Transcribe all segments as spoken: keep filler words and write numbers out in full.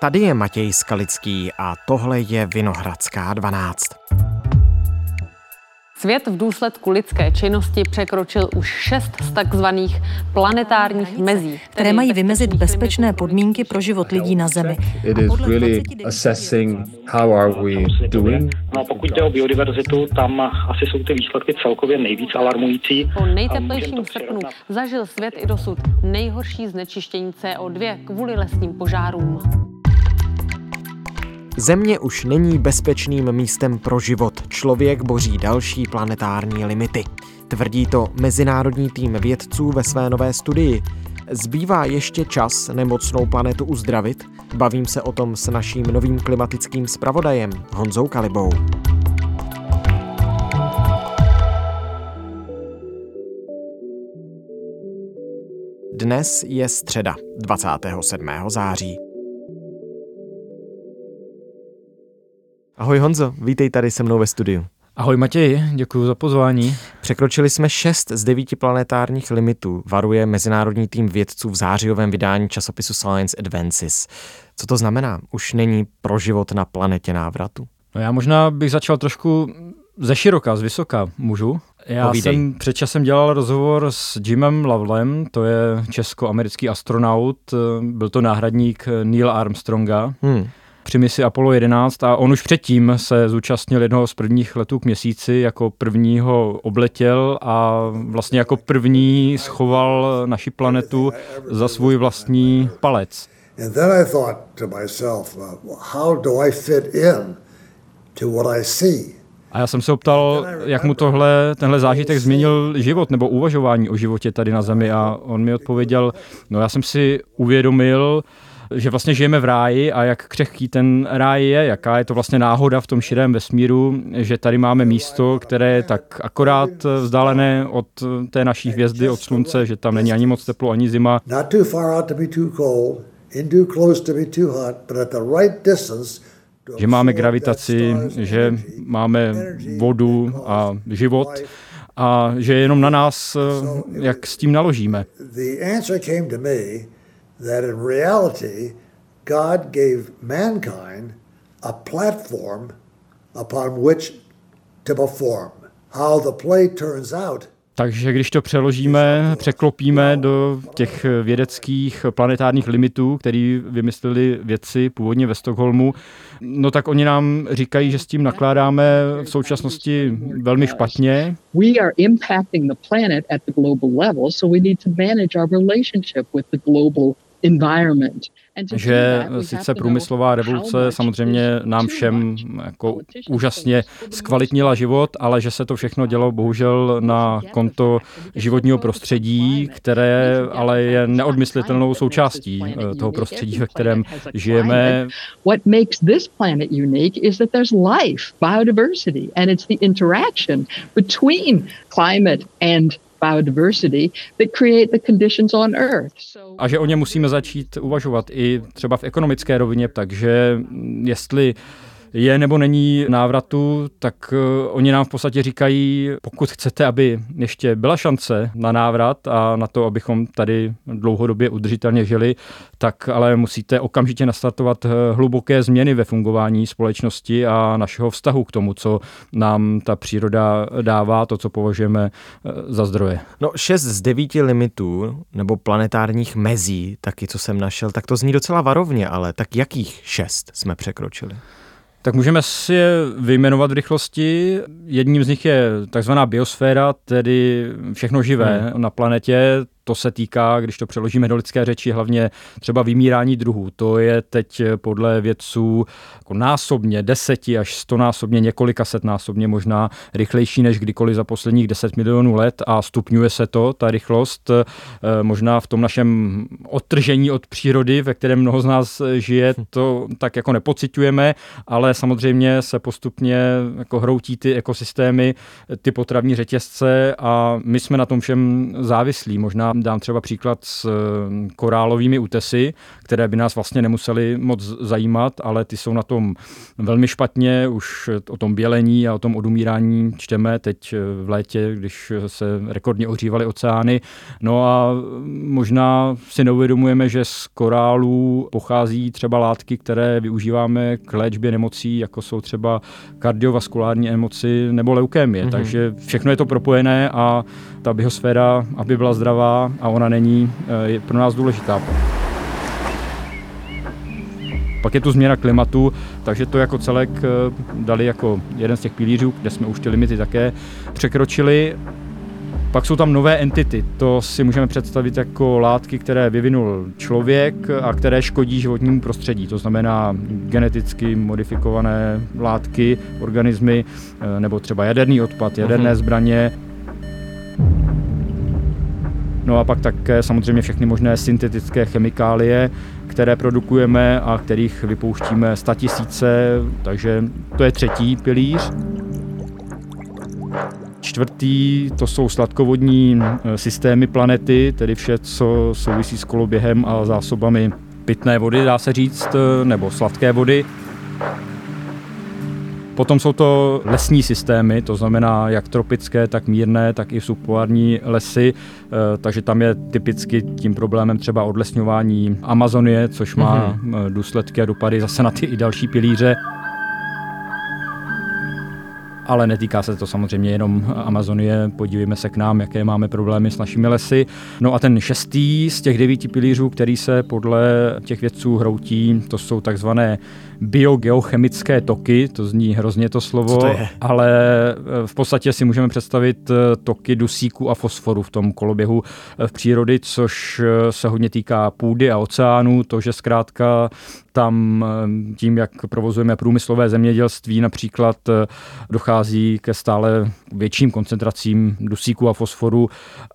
Tady je Matěj Skalický a tohle je Vinohradská dvanáct. Svět v důsledku lidské činnosti překročil už šest z takzvaných planetárních mezí, které mají vymezit bezpečné podmínky pro život lidí na Zemi. It is really assessing how are we doing. No, pokud jde o biodiverzitu, tam asi jsou ty výsledky celkově nejvíc alarmující. Po nejteplejším srpnu zažil svět i dosud nejhorší znečištění C O dva kvůli lesním požárům. Země už není bezpečným místem pro život. Člověk boří další planetární limity. Tvrdí to mezinárodní tým vědců ve své nové studii. Zbývá ještě čas nemocnou planetu uzdravit? Bavím se o tom s naším novým klimatickým zpravodajem Honzou Kalibou. Dnes je středa, dvacátého sedmého září. Ahoj Honzo, vítej tady se mnou ve studiu. Ahoj Matěj, děkuji za pozvání. Překročili jsme šest z devíti planetárních limitů, varuje mezinárodní tým vědců v zářijovém vydání časopisu Science Advances. Co to znamená? Už není pro život na planetě návratu? No já možná bych začal trošku ze široka, z vysoka, můžu? Já Povídej. jsem před časem dělal rozhovor s Jimem Lovellem, to je česko-americký astronaut, byl to náhradník Neila Armstronga. Hmm. Při misi Apollo jedenáct a on už předtím se zúčastnil jednoho z prvních letů k měsíci, jako prvního obletěl a vlastně jako první schoval naši planetu za svůj vlastní palec. And then I thought to myself, how do I fit in to what I see? A já jsem se optal, jak mu tohle, tenhle zážitek změnil život nebo uvažování o životě tady na Zemi a on mi odpověděl, no já jsem si uvědomil, že vlastně žijeme v ráji a jak křehký ten ráj je, jaká je to vlastně náhoda v tom širém vesmíru, že tady máme místo, které je tak akorát vzdálené od té naší hvězdy, od slunce, že tam není ani moc teplo, ani zima. Že máme gravitaci, že máme vodu a život a že je jenom na nás, jak s tím naložíme. That in reality, God gave mankind a platform upon which to perform. How the play turns out. Takže když to přeložíme, překlopíme do těch vědeckých planetárních limitů, který vymysleli vědci původně ve Stockholmu, no tak oni nám říkají, že s tím nakládáme v současnosti velmi špatně. We are impacting the planet at the global level, so we need to manage our relationship with the global environment. Že sice průmyslová revoluce samozřejmě nám všem jako úžasně zkvalitnila život, ale že se to všechno dělo bohužel na konto životního prostředí, které ale je neodmyslitelnou součástí toho prostředí, ve kterém žijeme. What makes this planet unique is that there's life, biodiversity, and it's the interaction between climate and biodiversity that create the conditions on Earth. A že o ně musíme začít uvažovat i třeba v ekonomické rovině, takže jestli je nebo není návratu, tak oni nám v podstatě říkají, pokud chcete, aby ještě byla šance na návrat a na to, abychom tady dlouhodobě udržitelně žili, tak ale musíte okamžitě nastartovat hluboké změny ve fungování společnosti a našeho vztahu k tomu, co nám ta příroda dává, to, co považujeme za zdroje. No šest z devíti limitů nebo planetárních mezí, taky co jsem našel, tak to zní docela varovně, ale tak jakých šest jsme překročili? Tak můžeme si je vyjmenovat v rychlosti. Jedním z nich je takzvaná biosféra, tedy všechno živé hmm. na planetě. To se týká, když to přeložíme do lidské řeči, hlavně třeba vymírání druhů. To je teď podle vědců jako násobně, deseti až stonásobně, několika setnásobně možná rychlejší než kdykoliv za posledních deset milionů let a stupňuje se to, ta rychlost, možná v tom našem odtržení od přírody, ve kterém mnoho z nás žije, to tak jako nepociťujeme, ale samozřejmě se postupně jako hroutí ty ekosystémy, ty potravní řetězce a my jsme na tom všem závislí. Možná Já dám třeba příklad s korálovými útesy, které by nás vlastně nemusely moc zajímat, ale ty jsou na tom velmi špatně, už o tom bělení a o tom odumírání čteme teď v létě, když se rekordně ohřívaly oceány. No a možná si neuvědomujeme, že z korálů pochází třeba látky, které využíváme k léčbě nemocí, jako jsou třeba kardiovaskulární nemoci nebo leukémie. Mm-hmm. Takže všechno je to propojené a ta biosféra, aby byla zdravá a ona není, je pro nás důležitá. Pak je tu změna klimatu, takže to jako celek dali jako jeden z těch pilířů, kde jsme už ty limity také překročili. Pak jsou tam nové entity, to si můžeme představit jako látky, které vyvinul člověk a které škodí životnímu prostředí. To znamená geneticky modifikované látky, organismy, nebo třeba jaderný odpad, jaderné zbraně. No a pak také samozřejmě všechny možné syntetické chemikálie, které produkujeme a kterých vypouštíme statisíce, takže to je třetí pilíř. Čtvrtý, to jsou sladkovodní systémy planety, tedy vše, co souvisí s koloběhem a zásobami pitné vody, dá se říct, nebo sladké vody. Potom jsou to lesní systémy, to znamená jak tropické, tak mírné, tak i subpolární lesy, takže tam je typicky tím problémem třeba odlesňování Amazonie, což má mm-hmm. důsledky a dopady zase na ty i další pilíře. Ale netýká se to samozřejmě jenom Amazonie, podívejme se k nám, jaké máme problémy s našimi lesy. No a ten šestý z těch devíti pilířů, který se podle těch vědců hroutí, to jsou takzvané biogeochemické toky, to zní hrozně to slovo, to ale v podstatě si můžeme představit toky dusíku a fosforu v tom koloběhu v přírody, což se hodně týká půdy a oceánů, to, že zkrátka tam tím, jak provozujeme průmyslové zemědělství, například dochází ke stále větším koncentracím dusíku a fosforu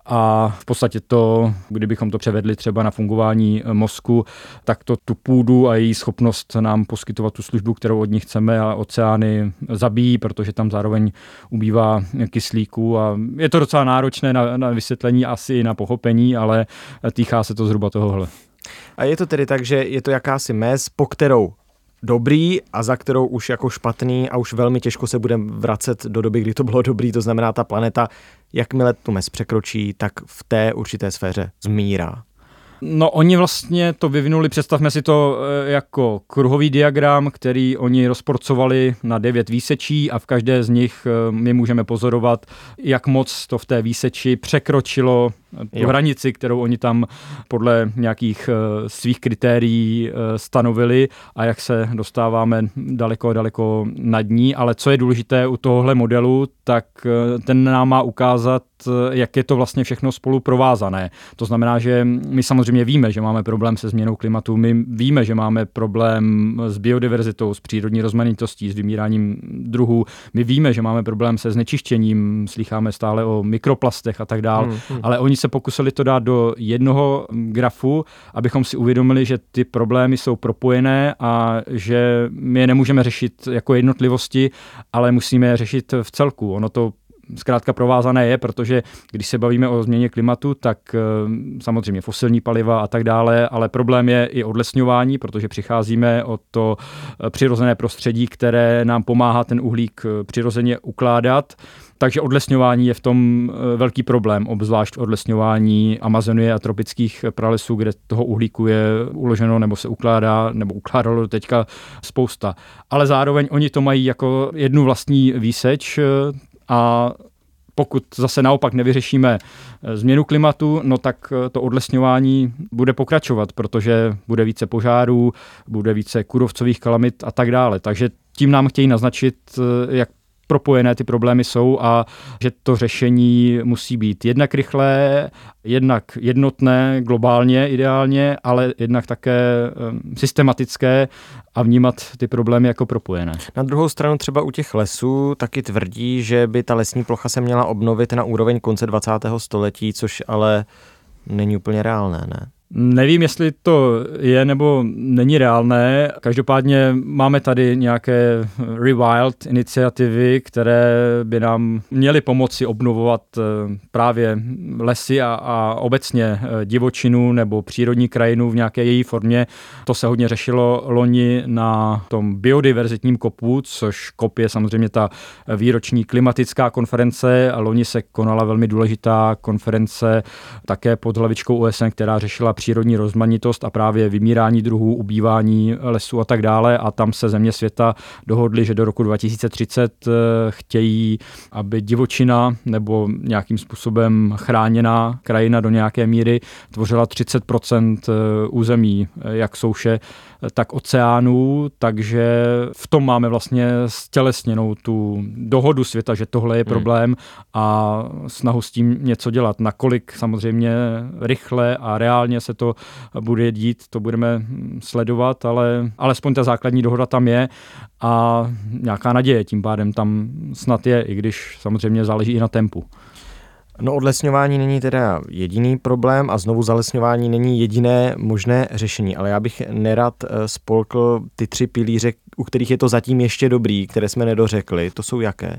a v podstatě to, kdybychom to převedli třeba na fungování mozku, tak to tu půdu a její schopnost nám poskytovat tu službu, kterou od ní chceme, a oceány zabíjí, protože tam zároveň ubývá kyslíku a je to docela náročné na, na vysvětlení, asi i na pochopení, ale týká se to zhruba tohohle. A je to tedy tak, že je to jakási mez, po kterou dobrý a za kterou už jako špatný a už velmi těžko se budeme vracet do doby, kdy to bylo dobrý, to znamená ta planeta, jakmile tu mez překročí, tak v té určité sféře zmírá. No oni vlastně to vyvinuli, představme si to jako kruhový diagram, který oni rozporcovali na devět výsečí a v každé z nich my můžeme pozorovat, jak moc to v té výseči překročilo tu hranici, kterou oni tam podle nějakých svých kritérií stanovili a jak se dostáváme daleko, daleko nad ní. Ale co je důležité u tohohle modelu, tak ten nám má ukázat, jak je to vlastně všechno spolu provázané. To znamená, že my samozřejmě víme, že máme problém se změnou klimatu, my víme, že máme problém s biodiverzitou, s přírodní rozmanitostí, s vymíráním druhů, my víme, že máme problém se znečištěním, slýcháme stále o mikroplastech a tak dál, hmm, hmm. ale oni se pokusili to dát do jednoho grafu, abychom si uvědomili, že ty problémy jsou propojené a že my je nemůžeme řešit jako jednotlivosti, ale musíme je řešit v celku. Ono to zkrátka provázané je, protože když se bavíme o změně klimatu, tak samozřejmě fosilní paliva a tak dále, ale problém je i odlesňování, protože přicházíme o to přirozené prostředí, které nám pomáhá ten uhlík přirozeně ukládat. Takže odlesňování je v tom velký problém, obzvlášť odlesňování Amazonie a tropických pralesů, kde toho uhlíku je uloženo nebo se ukládá, nebo ukládalo do teďka spousta. Ale zároveň oni to mají jako jednu vlastní výseč a pokud zase naopak nevyřešíme změnu klimatu, no tak to odlesňování bude pokračovat, protože bude více požárů, bude více kůrovcových kalamit a tak dále. Takže tím nám chtějí naznačit, jak propojené ty problémy jsou a že to řešení musí být jednak rychlé, jednak jednotné, globálně ideálně, ale jednak také systematické a vnímat ty problémy jako propojené. Na druhou stranu třeba u těch lesů taky tvrdí, že by ta lesní plocha se měla obnovit na úroveň konce dvacátého století, což ale není úplně reálné, ne? Nevím, jestli to je nebo není reálné. Každopádně máme tady nějaké Rewild iniciativy, které by nám měly pomoci obnovovat právě lesy a, a obecně divočinu nebo přírodní krajinu v nějaké její formě. To se hodně řešilo loni na tom biodiverzitním kopu, což kop je samozřejmě ta výroční klimatická konference a loni se konala velmi důležitá konference také pod hlavičkou O S N, která řešila přírodní rozmanitost a právě vymírání druhů, ubývání lesů a tak dále. A tam se země světa dohodly, že do roku dva tisíce třicet chtějí, aby divočina nebo nějakým způsobem chráněná krajina do nějaké míry tvořila třicet procent území, jak souše, tak oceánů, takže v tom máme vlastně stělesněnou tu dohodu světa, že tohle je problém a snahu s tím něco dělat. Nakolik samozřejmě rychle a reálně se to bude dít, to budeme sledovat, ale alespoň ta základní dohoda tam je a nějaká naděje tím pádem tam snad je, i když samozřejmě záleží i na tempu. No, odlesňování není teda jediný problém a znovu zalesňování není jediné možné řešení, ale já bych nerad spolkl ty tři pilíře, u kterých je to zatím ještě dobrý, které jsme nedořekli. To jsou jaké?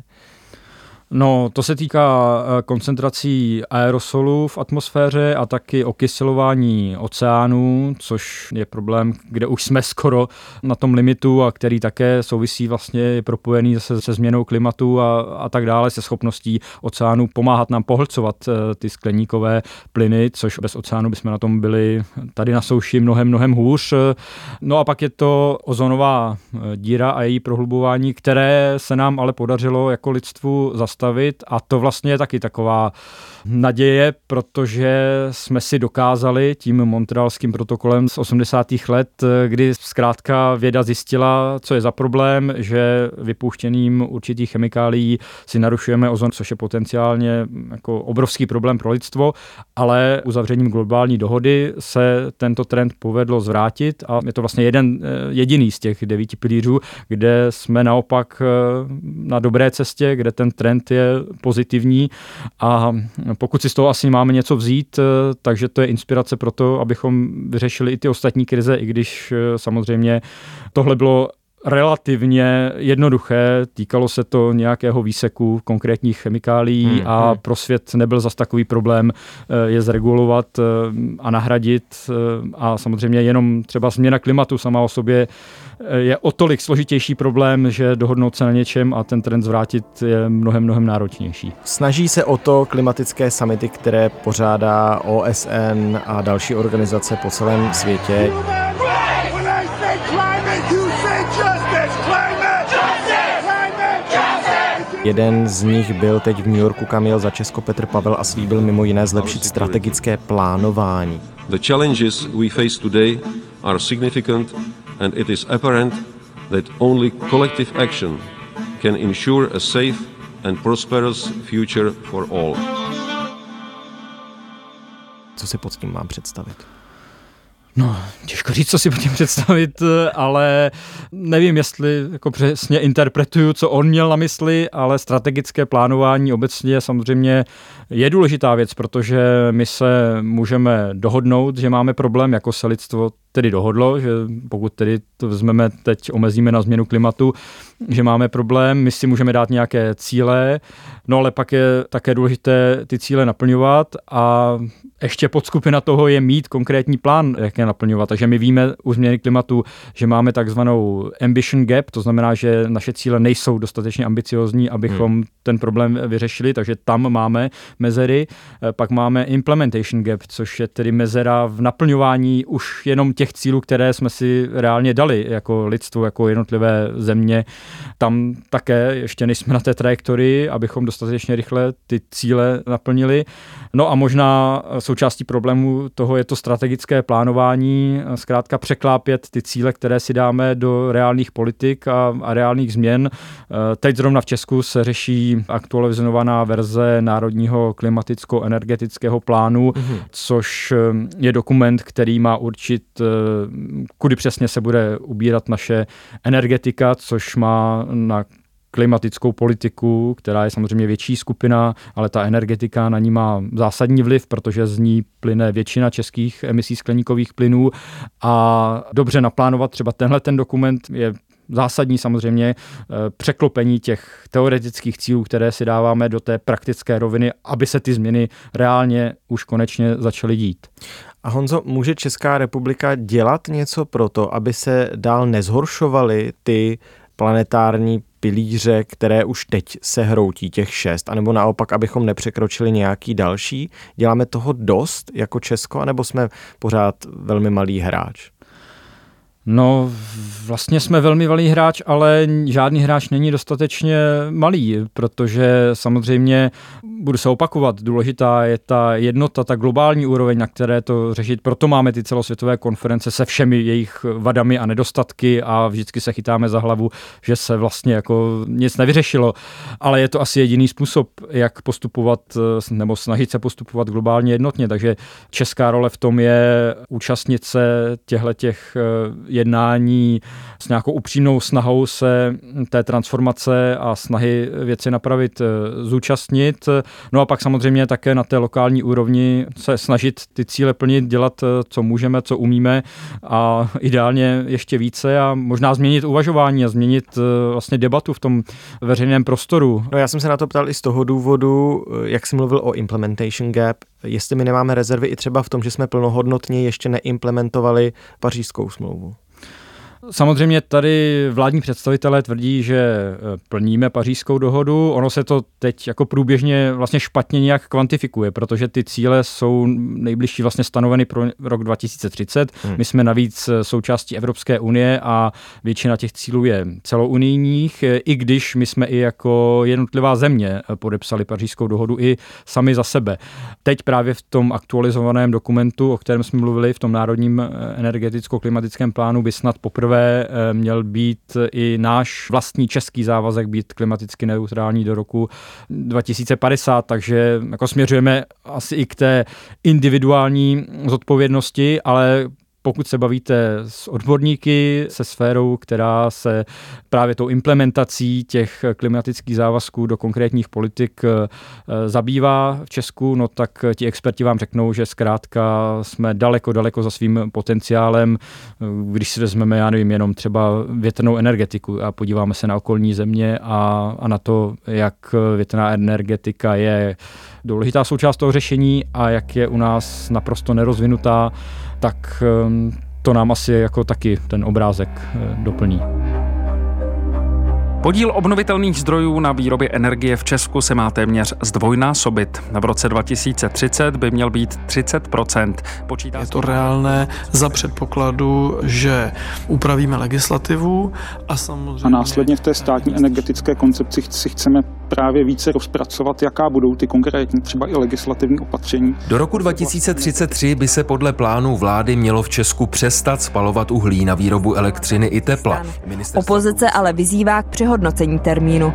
No, to se týká koncentrací aerosolů v atmosféře a taky okyselování oceánů, což je problém, kde už jsme skoro na tom limitu a který také souvisí vlastně je propojený zase se změnou klimatu a, a tak dále, se schopností oceánů pomáhat nám pohlcovat ty skleníkové plyny, což bez oceánu bychom na tom byli tady na souši mnohem, mnohem hůř. No a pak je to ozonová díra a její prohlubování, které se nám ale podařilo jako lidstvu zastavit. A to vlastně je taky taková naděje, protože jsme si dokázali tím montrealským protokolem z osmdesátých let, kdy zkrátka věda zjistila, co je za problém, že vypouštěním určitých chemikálií si narušujeme ozon, což je potenciálně jako obrovský problém pro lidstvo, ale uzavřením globální dohody se tento trend povedlo zvrátit a je to vlastně jeden jediný z těch devíti pilířů, kde jsme naopak na dobré cestě, kde ten trend je pozitivní a pokud si z toho asi máme něco vzít, takže to je inspirace pro to, abychom vyřešili i ty ostatní krize, i když samozřejmě tohle bylo relativně jednoduché, týkalo se to nějakého výseku konkrétních chemikálií hmm, a hmm. pro svět nebyl zas takový problém je zregulovat a nahradit a samozřejmě jenom třeba změna klimatu sama o sobě je o tolik složitější problém, že dohodnout se na něčem a ten trend zvrátit je mnohem, mnohem náročnější. Snaží se o to klimatické summity, které pořádá O S N a další organizace po celém světě. Jeden z nich byl teď v New Yorku, kam jel za Česko Petr Pavel a slíbil mimo jiné zlepšit strategické plánování. The challenges we face today are significant and it is apparent that only collective action can ensure a safe and prosperous future for all. Co si pod tím mám představit? No, těžko říct, co si pod tím představit, ale nevím, jestli jako přesně interpretuju, co on měl na mysli, ale strategické plánování obecně samozřejmě je důležitá věc, protože my se můžeme dohodnout, že máme problém, jako se lidstvo tedy dohodlo, že pokud tedy to vezmeme, teď omezíme na změnu klimatu, že máme problém, my si můžeme dát nějaké cíle, no ale pak je také důležité ty cíle naplňovat a ještě podskupina toho je mít konkrétní plán, jak je naplňovat. Takže my víme u změny klimatu, že máme takzvanou ambition gap, to znamená, že naše cíle nejsou dostatečně ambiciozní, abychom hmm. ten problém vyřešili, takže tam máme mezery. Pak máme implementation gap, což je tedy mezera v naplňování už jenom těch cílů, které jsme si reálně dali jako lidstvo, jako jednotlivé země. Tam také ještě nejsme na té trajektorii, abychom dostatečně rychle ty cíle naplnili. No a možná součástí problému toho je to strategické plánování, zkrátka překlápět ty cíle, které si dáme do reálných politik a, a reálných změn. Teď zrovna v Česku se řeší aktualizovaná verze Národního klimaticko-energetického plánu, mm-hmm. což je dokument, který má určit, kudy přesně se bude ubírat naše energetika, což má na klimatickou politiku, která je samozřejmě větší skupina, ale ta energetika na ní má zásadní vliv, protože z ní plyne většina českých emisí skleníkových plynů a dobře naplánovat třeba tenhle ten dokument je zásadní samozřejmě překlopení těch teoretických cílů, které si dáváme do té praktické roviny, aby se ty změny reálně už konečně začaly dít. A Honzo, může Česká republika dělat něco pro to, aby se dál nezhoršovaly ty planetární pilíře, které už teď se hroutí, těch šest, anebo naopak, abychom nepřekročili nějaký další? Děláme toho dost jako Česko, anebo jsme pořád velmi malý hráč? No, vlastně jsme velmi malý hráč, ale žádný hráč není dostatečně malý, protože samozřejmě, budu se opakovat, důležitá je ta jednota, ta globální úroveň, na které to řešit. Proto máme ty celosvětové konference se všemi jejich vadami a nedostatky a vždycky se chytáme za hlavu, že se vlastně jako nic nevyřešilo. Ale je to asi jediný způsob, jak postupovat nebo snažit se postupovat globálně jednotně. Takže česká role v tom je účastnit se těchhletěch jednání s nějakou upřímnou snahou se té transformace a snahy věci napravit zúčastnit. No a pak samozřejmě také na té lokální úrovni se snažit ty cíle plnit, dělat, co můžeme, co umíme a ideálně ještě více a možná změnit uvažování a změnit vlastně debatu v tom veřejném prostoru. No já jsem se na to ptal i z toho důvodu, jak jsi mluvil o implementation gap, jestli my nemáme rezervy i třeba v tom, že jsme plnohodnotně ještě neimplementovali Pařížskou smlouvu. Samozřejmě tady vládní představitelé tvrdí, že plníme Pařížskou dohodu. Ono se to teď jako průběžně vlastně špatně nějak kvantifikuje, protože ty cíle jsou nejbližší vlastně stanoveny pro rok dva tisíce třicet. Hmm. My jsme navíc součástí Evropské unie a většina těch cílů je celounijních, i když my jsme i jako jednotlivá země podepsali Pařížskou dohodu i sami za sebe. Teď právě v tom aktualizovaném dokumentu, o kterém jsme mluvili, v tom národním energeticko-klimatickém plánu by snad poprvé měl být i náš vlastní český závazek být klimaticky neutrální do roku dva tisíce padesát, takže jako směřujeme asi i k té individuální zodpovědnosti, ale pokud se bavíte s odborníky, se sférou, která se právě tou implementací těch klimatických závazků do konkrétních politik zabývá v Česku, no tak ti experti vám řeknou, že zkrátka jsme daleko, daleko za svým potenciálem, když si vezmeme, já nevím, jenom třeba větrnou energetiku a podíváme se na okolní země a, a na to, jak větrná energetika je důležitá součást toho řešení a jak je u nás naprosto nerozvinutá, tak to nám asi jako taky ten obrázek doplní. Podíl obnovitelných zdrojů na výrobě energie v Česku se má téměř zdvojnásobit. V roce dva tisíce třicet by měl být třicet procent. Počítá Je to reálné za předpokladu, že upravíme legislativu a samozřejmě... A následně v té státní energetické koncepci si chceme právě více rozpracovat, jaká budou ty konkrétní třeba i legislativní opatření. Do roku dva tisíce třicet tři by se podle plánů vlády mělo v Česku přestat spalovat uhlí na výrobu elektřiny i tepla. Opozice ale vyzývá k přehodnocení termínu.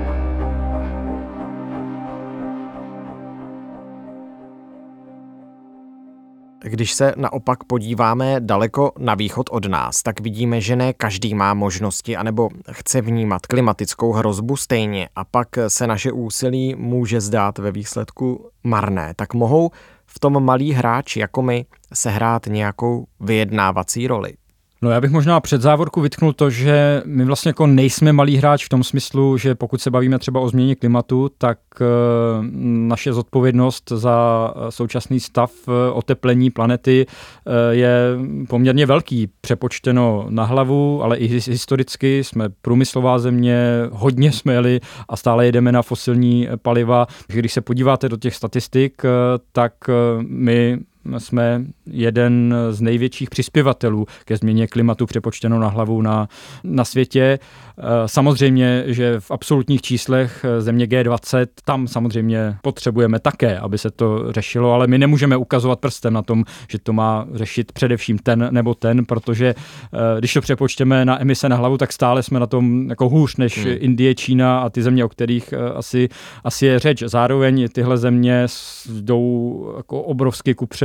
Když se naopak podíváme daleko na východ od nás, tak vidíme, že ne každý má možnosti anebo chce vnímat klimatickou hrozbu stejně a pak se naše úsilí může zdát ve výsledku marné. Tak mohou v tom malí hráči jako my sehrát nějakou vyjednávací roli? No já bych možná před závorku vytknul to, že my vlastně jako nejsme malý hráč v tom smyslu, že pokud se bavíme třeba o změně klimatu, tak naše zodpovědnost za současný stav oteplení planety je poměrně velký. Přepočteno na hlavu, ale i historicky jsme průmyslová země, hodně jsme jeli a stále jedeme na fosilní paliva. Když se podíváte do těch statistik, tak my jsme jeden z největších přispěvatelů ke změně klimatu přepočteno na hlavu na, na světě. Samozřejmě, že v absolutních číslech země G dvacet, tam samozřejmě potřebujeme také, aby se to řešilo, ale my nemůžeme ukazovat prstem na tom, že to má řešit především ten nebo ten, protože když to přepočteme na emise na hlavu, tak stále jsme na tom jako hůř než hmm. Indie, Čína a ty země, o kterých asi, asi je řeč. Zároveň tyhle země jdou jako obrovsky kupředu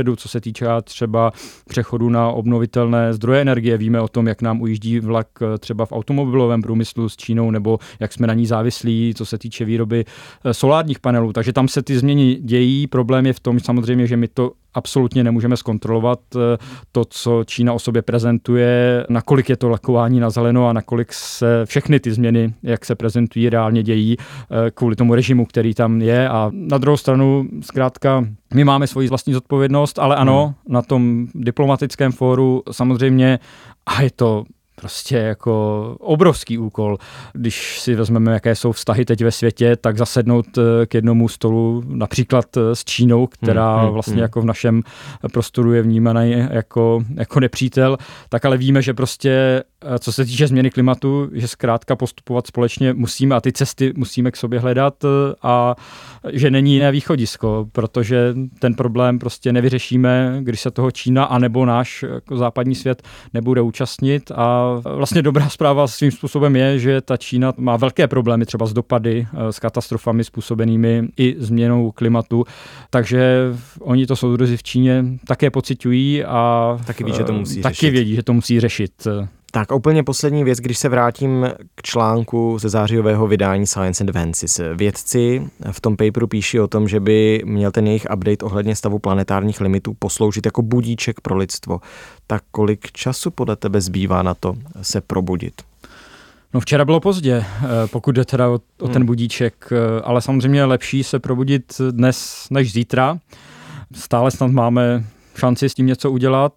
dopředu, co se týče třeba přechodu na obnovitelné zdroje energie. Víme o tom, jak nám ujíždí vlak třeba v automobilovém průmyslu s Čínou, nebo jak jsme na ní závislí, co se týče výroby solárních panelů. Takže tam se ty změny dějí. Problém je v tom samozřejmě, že my to absolutně nemůžeme zkontrolovat, to, co Čína o sobě prezentuje, nakolik je to lakování na zeleno a nakolik se všechny ty změny, jak se prezentují, reálně dějí kvůli tomu režimu, který tam je. A na druhou stranu zkrátka my máme svoji vlastní zodpovědnost, ale ano, hmm. na tom diplomatickém fóru samozřejmě, a je to prostě jako obrovský úkol, když si vezmeme, jaké jsou vztahy teď ve světě, tak zasednout k jednomu stolu například s Čínou, která hmm, hmm, vlastně hmm. jako v našem prostoru je vnímaná jako, jako nepřítel, tak ale víme, že prostě co se týče změny klimatu, že zkrátka postupovat společně musíme a ty cesty musíme k sobě hledat a že není jiné východisko, protože ten problém prostě nevyřešíme, když se toho Čína anebo náš jako západní svět nebude účastnit. A vlastně dobrá zpráva svým způsobem je, že ta Čína má velké problémy třeba s dopady, s katastrofami způsobenými i změnou klimatu, takže oni to soudruzi v Číně také pociťují a taky ví, že to musí taky řešit. vědí, že to musí řešit. Tak a úplně poslední věc, když se vrátím k článku ze zářijového vydání Science Advances. Vědci v tom paperu píší o tom, že by měl ten jejich update ohledně stavu planetárních limitů posloužit jako budíček pro lidstvo. Tak kolik času podle tebe zbývá na to se probudit? No včera bylo pozdě, pokud jde teda o, o ten budíček, ale samozřejmě je lepší se probudit dnes než zítra. Stále snad máme šanci s tím něco udělat,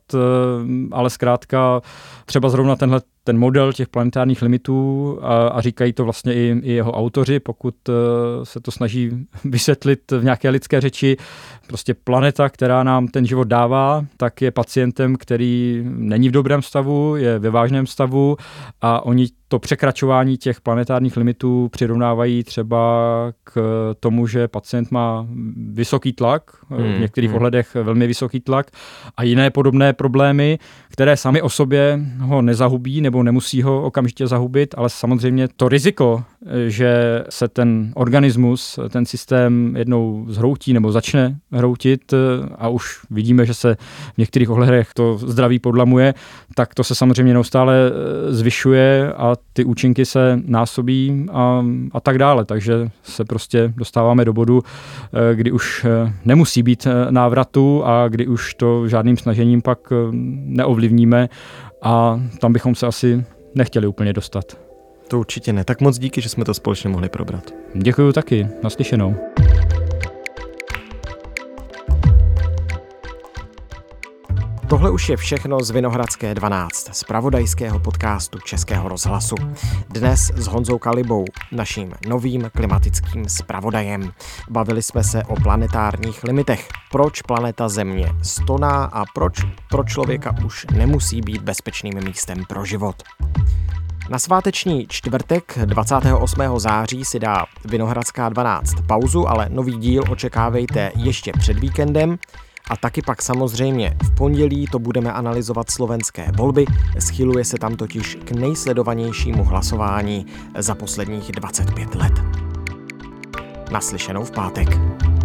ale zkrátka třeba zrovna tenhle ten model těch planetárních limitů a, a říkají to vlastně i, i jeho autoři, pokud se to snaží vysvětlit v nějaké lidské řeči. Prostě planeta, která nám ten život dává, tak je pacientem, který není v dobrém stavu, je ve vážném stavu a oni to překračování těch planetárních limitů přirovnávají třeba k tomu, že pacient má vysoký tlak, v některých hmm. ohledech velmi vysoký tlak a jiné podobné problémy, které sami o sobě ho nezahubí nebo nemusí ho okamžitě zahubit, ale samozřejmě to riziko, že se ten organismus, ten systém jednou zhroutí nebo začne hroutit a už vidíme, že se v některých ohledech to zdraví podlamuje, tak to se samozřejmě neustále zvyšuje a ty účinky se násobí a, a tak dále. Takže se prostě dostáváme do bodu, kdy už nemusí být návratu a kdy už to žádným snažením pak neovlivníme a tam bychom se asi nechtěli úplně dostat. To určitě ne. Tak moc díky, že jsme to společně mohli probrat. Děkuju taky. Naslyšenou. Tohle už je všechno z Vinohradské dvanáct, zpravodajského podcastu Českého rozhlasu. Dnes s Honzou Kalibou, naším novým klimatickým zpravodajem. Bavili jsme se o planetárních limitech. Proč planeta Země stoná a proč pro člověka už nemusí být bezpečným místem pro život. Na sváteční čtvrtek dvacátého osmého září si dá Vinohradská dvanáct pauzu, ale nový díl očekávejte ještě před víkendem. A taky pak samozřejmě v pondělí to budeme analyzovat slovenské volby. Schyluje se tam totiž k nejsledovanějšímu hlasování za posledních dvacet pět let. Naslyšenou v pátek.